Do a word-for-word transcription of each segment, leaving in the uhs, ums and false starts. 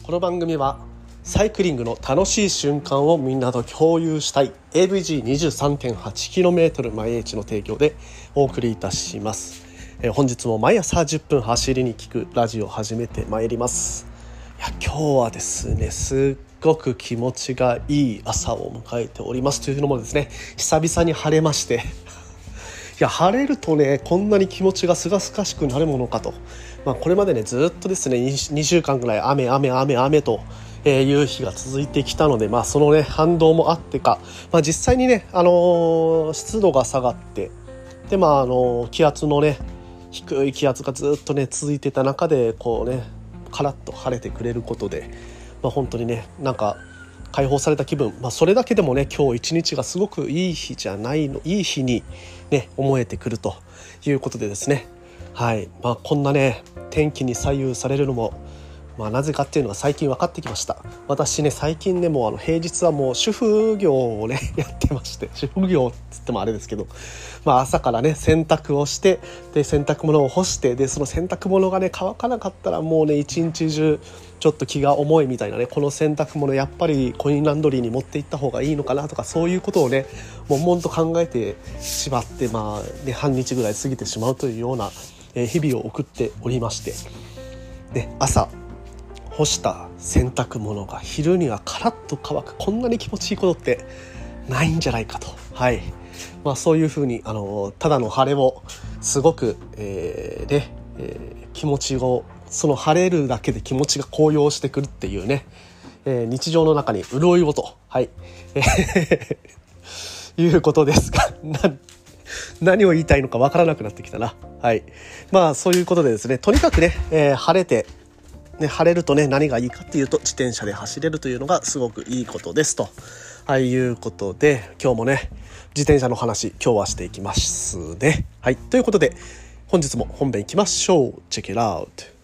この番組はサイクリングの楽しい瞬間をみんなと共有したい エーブイジーにじゅうさんてんはちキロメートル 毎日の提供でお送りいたします。えー、本日も毎朝じゅっぷん走りに聞くラジオを始めてまいります。いや今日はですねすっごく気持ちがいい朝を迎えております。というのもですね久々に晴れましていや晴れるとねこんなに気持ちがすがすがしくなるものかと、まあ、これまでねずっとですねにしゅうかんぐらい雨雨雨雨という日が続いてきたので、まあ、そのね反動もあってか、まあ、実際にね、あのー、湿度が下がってで、まああのー、気圧のね低い気圧がずっとね続いてた中でこうねカラッと晴れてくれることで、まあ、本当にねなんか解放された気分、まあ、それだけでもね今日一日がすごくいい日じゃないのいい日にね思えてくるということでですね、はいまあ、こんなね天気に左右されるのもまあ、なぜかっていうのが最近分かってきました。私ね最近ねもうあの平日はもう主婦業をねやってまして、主婦業っつってもあれですけど、まあ、朝からね洗濯をしてで洗濯物を干してでその洗濯物がね乾かなかったらもうね一日中ちょっと気が重いみたいなね、この洗濯物やっぱりコインランドリーに持って行った方がいいのかなとかそういうことをね悶々と考えてしまってまあね半日ぐらい過ぎてしまうというような日々を送っておりまして、で朝干した洗濯物が昼にはカラッと乾く、こんなに気持ちいいことってないんじゃないかと、はいまあ、そういうふうにあのただの晴れをすごく、えーねえー、気持ちをその晴れるだけで気持ちが高揚してくるっていうね、えー、日常の中に潤いをと、はい、えー、いうことですがな何を言いたいのかわからなくなってきたな。はいまあそういうことでですねとにかくね、えー、晴れてね、晴れるとね何がいいかっていうと自転車で走れるというのがすごくいいことですと、はい、いうことで今日もね自転車の話今日はしていきますね。はいということで本日も本編いきましょう。チェックイットアウト。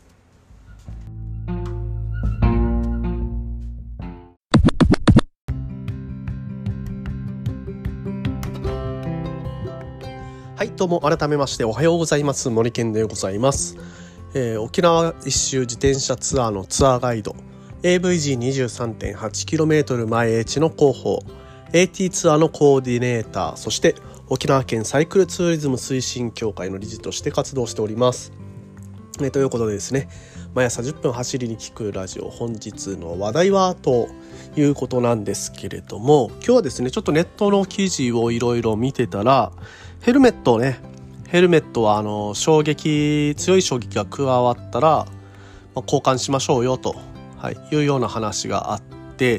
はいどうも改めましておはようございます。森健でございます。えー、沖縄一周自転車ツアーのツアーガイド エーブイジーにじゅうさんてんはちキロメートル 毎日の広報 エーティー ツアーのコーディネーター、そして沖縄県サイクルツーリズム推進協会の理事として活動しております。えー、ということでですね毎朝じゅっぷん走りに聞くラジオ、本日の話題はということなんですけれども、今日はですねちょっとネットの記事をいろいろ見てたらヘルメットをねヘルメットはあの衝撃強い衝撃が加わったら、まあ、交換しましょうよと、はい、いうような話があって、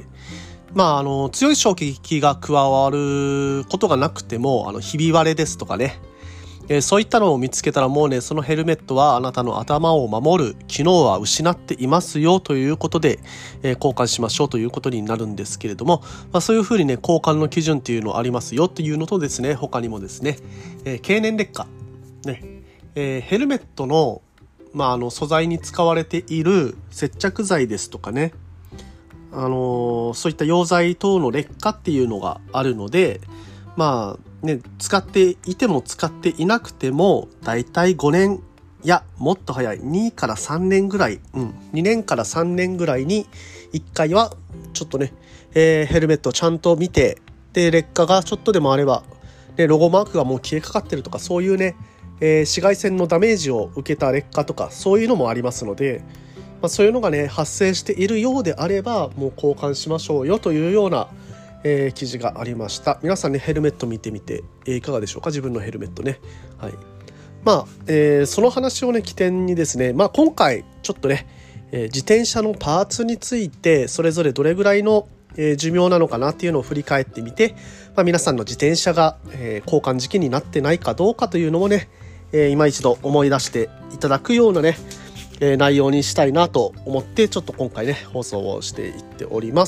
まあ、あの強い衝撃が加わることがなくてもあのひび割れですとかね、えー、そういったのを見つけたらもうねそのヘルメットはあなたの頭を守る機能は失っていますよということで、えー、交換しましょうということになるんですけれども、まあ、そういうふうにね交換の基準っていうのありますよっていうのとですね他にもですね、えー、経年劣化ねえー、ヘルメットの、まあ、あの素材に使われている接着剤ですとかね、あのー、そういった溶剤等の劣化っていうのがあるので、まあね、使っていても使っていなくてもだいたいごねんいやもっと早いにからさんねんぐらい、うん、にねんからさんねんぐらいにいっかいはちょっとね、えー、ヘルメットをちゃんと見てで劣化がちょっとでもあれば、ね、ロゴマークがもう消えかかってるとかそういうねえー、紫外線のダメージを受けた劣化とかそういうのもありますので、まあ、そういうのがね発生しているようであればもう交換しましょうよというような、えー、記事がありました。皆さんねヘルメット見てみて、えー、いかがでしょうか。自分のヘルメットね、はいまあえー、その話をね起点にですね、まあ、今回ちょっとね、えー、自転車のパーツについてそれぞれどれぐらいのえー、寿命なのかなっていうのを振り返ってみて、まあ、皆さんの自転車が、えー、交換時期になってないかどうかというのもねえー、今一度思い出していただくようなね、えー、内容にしたいなと思ってちょっと今回ね放送をしていっております。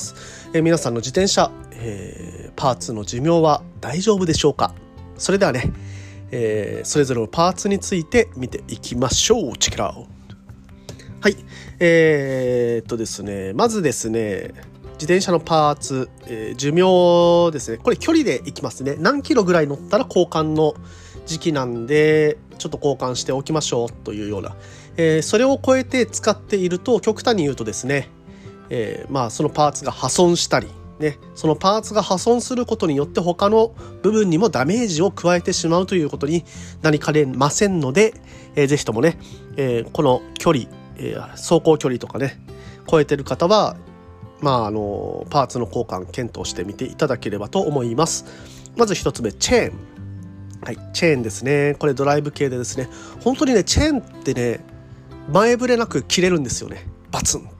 えー、皆さんの自転車、えー、パーツの寿命は大丈夫でしょうか。それではね、えー、それぞれのパーツについて見ていきましょう。チェックアウト。はいえー、っとですねまずですね自転車のパーツ、えー、寿命ですね。これ距離でいきますね。何キロぐらい乗ったら交換の時期なんでちょっと交換しておきましょうというような、えー、それを超えて使っていると極端に言うとですね、 えー、まあそのパーツが破損したりね、そのパーツが破損することによって他の部分にもダメージを加えてしまうということになりかねませんので、えー、ぜひともね、えー、この距離、えー、走行距離とかね超えてる方は、まああのパーツの交換検討してみていただければと思います。まず一つ目、チェーン。はい、チェーンですね。これドライブ系でですね、本当にねチェーンってね前触れなく切れるんですよね。バツン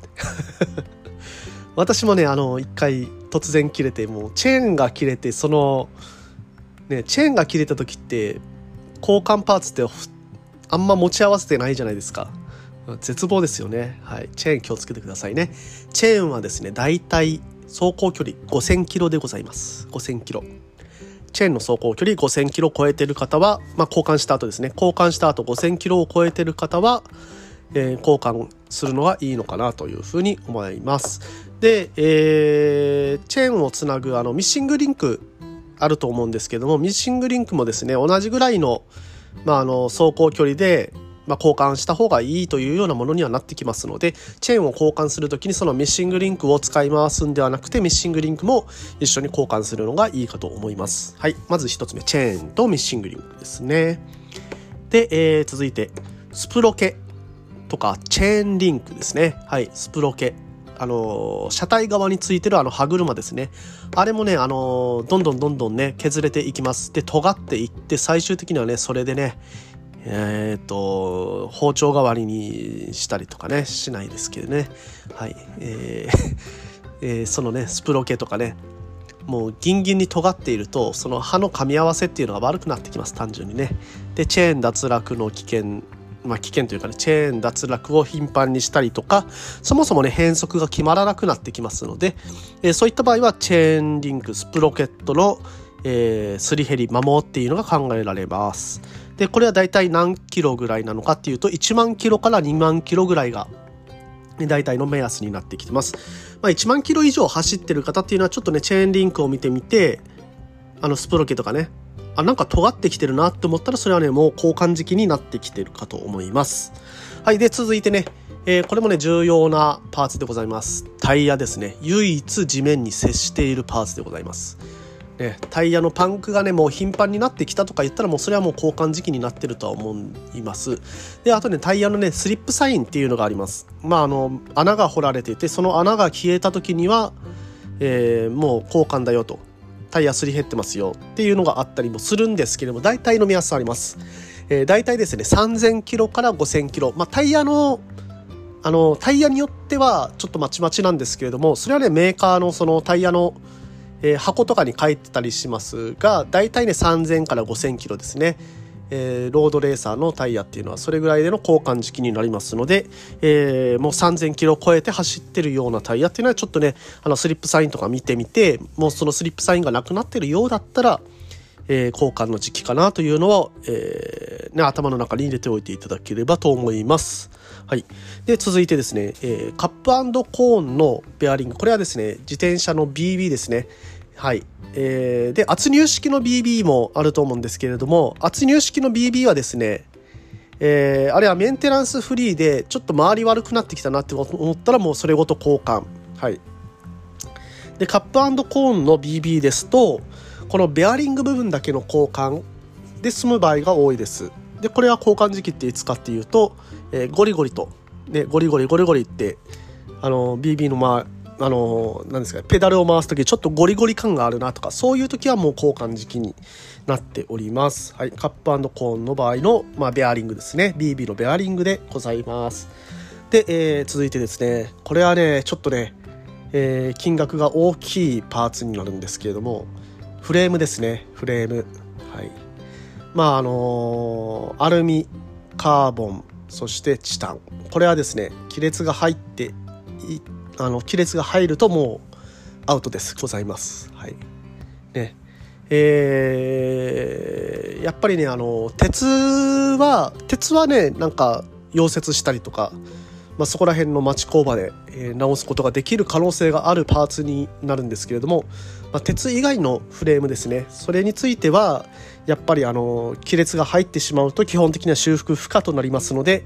私もねあの一回突然切れて、もうチェーンが切れて、そのねチェーンが切れた時って交換パーツってあんま持ち合わせてないじゃないですか。絶望ですよね。はい、チェーン気をつけてくださいね。チェーンはですねだいたい走行距離ごせんキロでございます。ごせんキロ、チェーンの走行距離ごせんキロ超えてる方は、まあ、交換した後ですね、交換した後ごせんキロを超えてる方は、えー、交換するのがいいのかなというふうに思います。で、えー、チェーンをつなぐあのミッシングリンクあると思うんですけども、ミッシングリンクもですね同じぐらいの、まあ、あの走行距離で、まあ、交換した方がいいというようなものにはなってきますので、チェーンを交換するときにそのミッシングリンクを使い回すんではなくて、ミッシングリンクも一緒に交換するのがいいかと思います。はい、まず一つ目、チェーンとミッシングリンクですね。で、えー、続いてスプロケとかチェーンリンクですね。はい、スプロケ、あの車体側についてるあの歯車ですね。あれもね、あのどんどんどんどんね削れていきます。で、尖っていって、最終的にはねそれでねえっと包丁代わりにしたりとかねしないですけどね。はい、えーえー、そのねスプロケとかね、もうギンギンに尖っているとその刃の噛み合わせっていうのが悪くなってきます、単純にね。で、チェーン脱落の危険、まあ危険というかね、チェーン脱落を頻繁にしたりとか、そもそもね変速が決まらなくなってきますので、えー、そういった場合はチェーンリンク、スプロケットの、えー、すり減り、摩耗っていうのが考えられます。で、これはだいたい何キロぐらいなのかっていうと、いちまんキロからにまんキロぐらいがだいたいの目安になってきてます。まあ、いちまんキロ以上走ってる方っていうのはちょっとねチェーンリンクを見てみて、あのスプロケとかね、あ、なんか尖ってきてるなって思ったら、それはねもう交換時期になってきてるかと思います。はい、で続いてね、えー、これもね重要なパーツでございます。タイヤですね。唯一地面に接しているパーツでございます。ね、タイヤのパンクがねもう頻繁になってきたとか言ったら、もうそれはもう交換時期になってるとは思います。で、あとねタイヤのねスリップサインっていうのがあります。まああの穴が掘られていて、その穴が消えた時には、えー、もう交換だよと、タイヤすり減ってますよっていうのがあったりもするんですけれども、大体の目安あります。えー、大体ですねさんぜんキロからごせんキロ、まあ、タイヤのあのタイヤによってはちょっとまちまちなんですけれども、それはねメーカーのそのタイヤのえー、箱とかに書いてたりしますが、だいたいねさんぜんからごせんキロですね。えー、ロードレーサーのタイヤっていうのはそれぐらいでの交換時期になりますので、えー、もうさんぜんキロ超えて走ってるようなタイヤっていうのはちょっとねあのスリップサインとか見てみて、もうそのスリップサインがなくなってるようだったら、えー、交換の時期かなというのを、えーね、頭の中に入れておいていただければと思います。はい、で続いてですね、えー、カップ&コーンのベアリング、これはですね自転車の ビービー ですね。はい、えー、で圧入式の ビービー もあると思うんですけれども、圧入式の ビービー はですね、えー、あれはメンテナンスフリーでちょっと周り悪くなってきたなって思ったら、もうそれごと交換。はい、でカップ&コーンの ビービー ですと、このベアリング部分だけの交換で済む場合が多いです。でこれは交換時期っていつかっていうと、えー、ゴリゴリと、ね、ゴリゴリゴリゴリってあの ビービー のまああの何ですか、ペダルを回すときちょっとゴリゴリ感があるなとか、そういうときはもう交換時期になっております。はい、カップ&コーンの場合の、まあ、ベアリングですね。 ビービー のベアリングでございます。で、えー、続いてですね、これはねちょっとね、えー、金額が大きいパーツになるんですけれども、フレームですね。フレーム、はい、まああのー、アルミ、カーボン、そしてチタン、これはですね亀裂が入っていあの亀裂が入るともうアウトですございます。はいね、えー、やっぱりねあの鉄は鉄はねなんか溶接したりとか、まあ、そこら辺の町工場で、えー、直すことができる可能性があるパーツになるんですけれども、まあ、鉄以外のフレームですね、それについてはやっぱりあの亀裂が入ってしまうと基本的には修復不可となりますので、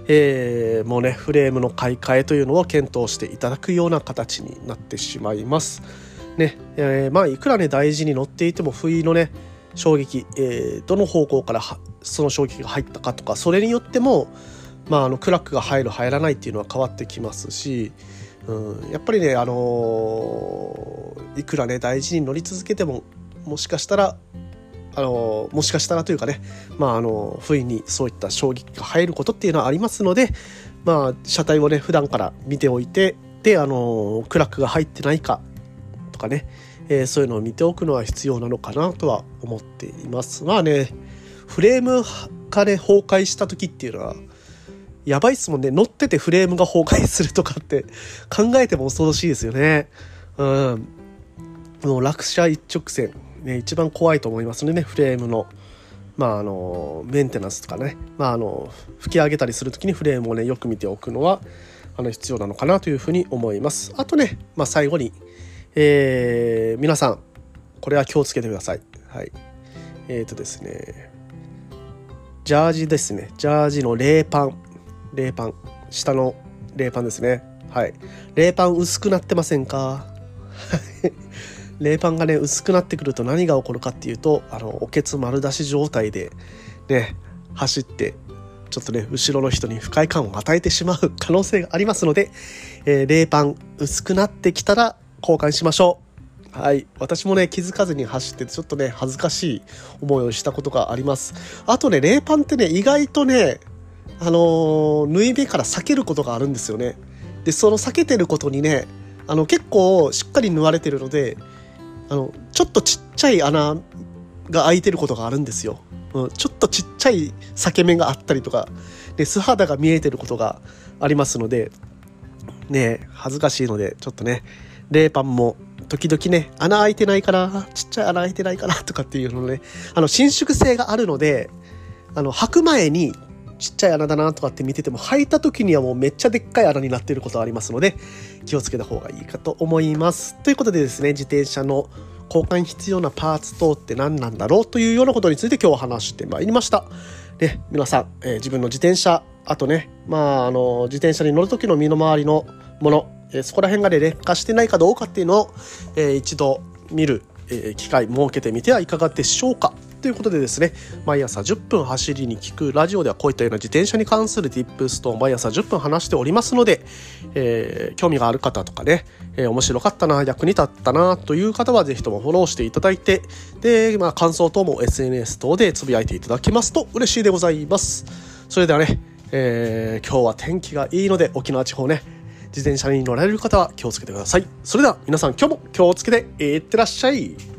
えー、もうねフレームの買い替えというのを検討していただくような形になってしまいますね。えー、まあいくらね大事に乗っていても不意のね衝撃、えー、どの方向からその衝撃が入ったかとか、それによっても、まあ、あのクラックが入る入らないっていうのは変わってきますし、うん、やっぱりね、あのー、いくらね大事に乗り続けてももしかしたらあのもしかしたらというかね、まあ、あの不意にそういった衝撃が入ることっていうのはありますので、まあ、車体をね普段から見ておいて、で、あのクラックが入ってないかとかね、えー、そういうのを見ておくのは必要なのかなとは思っています。まあね、フレームがね崩壊した時っていうのはやばいっすもんね。乗っててフレームが崩壊するとかって考えても恐ろしいですよね。うん、もう落車一直線ね、一番怖いと思いますのでね、フレームの、まあ、あのメンテナンスとかね、まあ、あの吹き上げたりするときにフレームをねよく見ておくのはあの必要なのかなというふうに思います。あとね、まあ、最後に、えー、皆さんこれは気をつけてください。はい、えーとですねジャージですねジャージの冷パン冷パン下の冷パンですね。はい、冷パン薄くなってませんか？冷パンがね薄くなってくると何が起こるかっていうと、あのおけつ丸出し状態でね走ってちょっとね後ろの人に不快感を与えてしまう可能性がありますので、えー、冷パン薄くなってきたら交換しましょう。はい、私もね気づかずに走ってちょっとね恥ずかしい思いをしたことがあります。あとね冷パンってね意外とねあのー、縫い目から裂けることがあるんですよね。でその裂けてることにねあの結構しっかり縫われてるので、あのちょっとちっちゃい穴が開いてることがあるんですよ。うん、ちょっとちっちゃい裂け目があったりとかで素肌が見えてることがありますのでね、恥ずかしいのでちょっとね冷パンも時々ね穴開いてないかな、ちっちゃい穴開いてないかなとかっていうのね、あの伸縮性があるので、あの履く前にちっちゃい穴だなとかって見てても履いた時にはもうめっちゃでっかい穴になっていることがありますので気をつけた方がいいかと思います。ということでですね、自転車の交換必要なパーツ等って何なんだろうというようなことについて今日は話してまいりました。で、皆さん、えー、自分の自転車、あとね、まあ、あの自転車に乗る時の身の回りのもの、えー、そこら辺がね劣化してないかどうかっていうのを、えー、一度見る、えー、機会設けてみてはいかがでしょうか。ということでですね、毎朝じゅっぷん走りに聞くラジオではこういったような自転車に関する Tips と毎朝じゅっぷん話しておりますので、えー、興味がある方とかね、えー、面白かったな、役に立ったなという方はぜひともフォローしていただいて、で、まあ、感想等も エスエヌエス 等でつぶやいていただけますと嬉しいでございます。それではね、えー、今日は天気がいいので沖縄地方ね自転車に乗られる方は気をつけてください。それでは皆さん今日も気をつけていってらっしゃい。